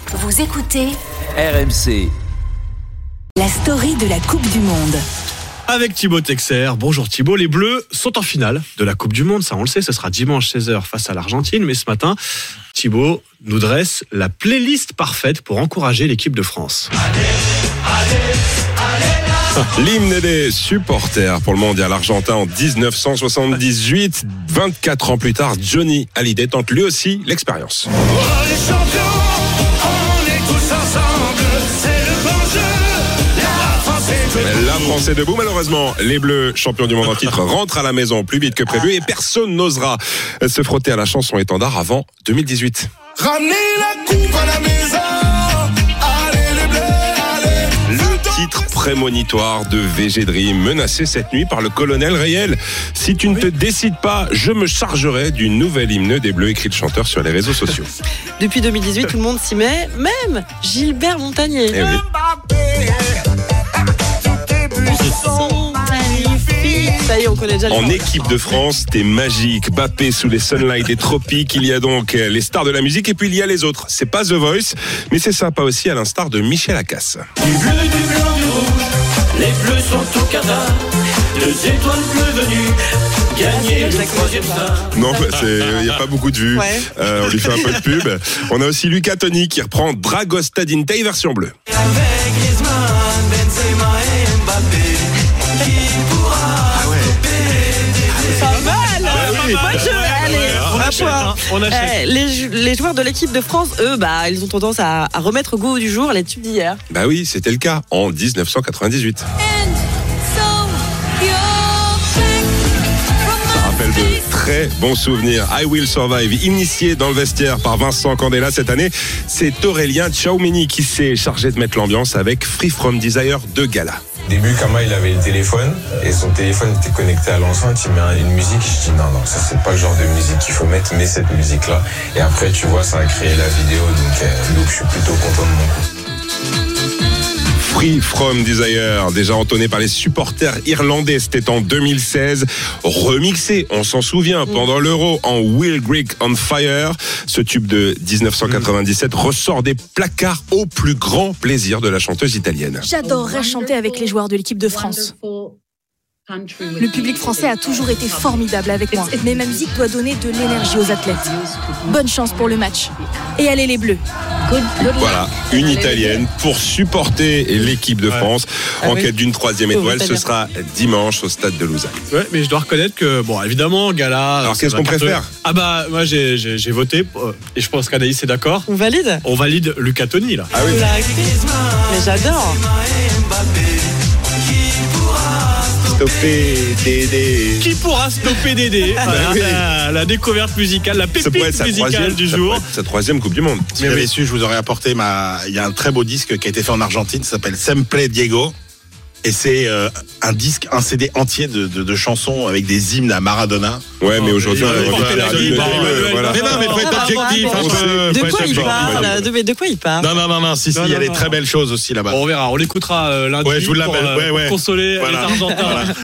Vous écoutez RMC. la story de la Coupe du Monde. Avec Thibaut Texer. Bonjour Thibaut, les Bleus sont en finale de la Coupe du Monde, ça on le sait, ce sera dimanche 16h face à l'Argentine, mais ce matin, Thibaut nous dresse la playlist parfaite pour encourager l'équipe de France. L'hymne des supporters pour le mondial argentin en 1978. 24 ans plus tard, Johnny Hallyday tente lui aussi l'expérience. Les champions, on est tous ensemble, c'est le bon jeu, la France est debout. La France est debout. Malheureusement, les Bleus, champions du monde en titre, rentrent à la maison plus vite que prévu et personne n'osera se frotter à la chanson étendard avant 2018. Ramenez la coupe à la maison, allez les Bleus, allez. Le titre prémonitoire de VG Dream, menacé cette nuit par le colonel Rayel. Si tu ne te décides pas, je me chargerai du nouvel hymne des Bleus, écrit le chanteur sur les réseaux sociaux. Depuis 2018, tout le monde s'y met, même Gilbert Montagnier. Eh oui. Ça y est, on connaît déjà les En paroles. équipe de France, t'es magique. Bappé sous les sunlights des tropiques. Il y a donc les stars de la musique et puis il y a les autres. C'est pas The Voice, mais c'est sympa aussi à l'instar de Michel Acasse. Du bleu, du blanc, du rouge, les Bleus sont au Qatar, 2 étoiles bleues venues, gagner le 3e star. Non, il n'y a pas beaucoup de vues. Ouais. On lui fait un peu de pub. On a aussi Luca Toni qui reprend Dragostea Dintei version bleue. Avec Griezmann, Benzema et Mbappé, qui pourra Pas mal. oui. Moi, allez, On à achète, point. hein, on achète. Les joueurs de l'équipe de France, eux, ils ont tendance à remettre au goût du jour les tubes d'hier. Bah oui, c'était le cas en 1998. Ça rappelle de très bons souvenirs. I Will Survive, initié dans le vestiaire par Vincent Candela cette année, c'est Aurélien Tchouameni qui s'est chargé de mettre l'ambiance avec Free From Desire de Gala. Au début, Kama, il avait le téléphone et son téléphone était connecté à l'enceinte. Il met une musique. Je dis non, ça c'est pas le genre de musique qu'il faut mettre, mais cette musique-là. Et après, tu vois, ça a créé la vidéo. Donc je suis plutôt content de mon coup. Free From Desire, déjà entonné par les supporters irlandais, c'était en 2016, remixé, on s'en souvient, pendant l'Euro en Will Greek on Fire. Ce tube de 1997 ressort des placards au plus grand plaisir de la chanteuse italienne. J'adorerais chanter avec les joueurs de l'équipe de France. Le public français a toujours été formidable avec moi, mais ma musique doit donner de l'énergie aux athlètes. Bonne chance pour le match. Et allez les Bleus. Voilà, une italienne pour supporter l'équipe de France en quête d'une 3e étoile. Ce sera dimanche au stade de Lausanne. Ouais, mais je dois reconnaître que, bon, évidemment, Gala... Alors, ça qu'est-ce va qu'on préfère ? Ah bah, moi, j'ai voté, et je pense qu'Anaïs est d'accord. On valide. On valide Luca Toni, là. Ah oui. Mais j'adore. Stopper Dédé. Qui pourra stopper Dédé? Voilà, oui. la découverte musicale, la Ça pourrait pépite être sa musicale du ça jour. pourrait être sa 3e Coupe du Monde. Si j'avais su, je vous aurais apporté il y a un très beau disque qui a été fait en Argentine, ça s'appelle Sempre Diego. Et c'est un CD entier de chansons avec des hymnes à Maradona. Ouais, mais aujourd'hui, on il revient à la portait ligne. la ligne. Voilà. Mais non, mais faut être objectif. De quoi il parle? De quoi il parle? Non, si, il y a Non, des non. très belles choses aussi là-bas. On verra, on l'écoutera lundi Ouais, je vous l'appelle. pour Ouais. consoler Voilà. les Argentins. Voilà.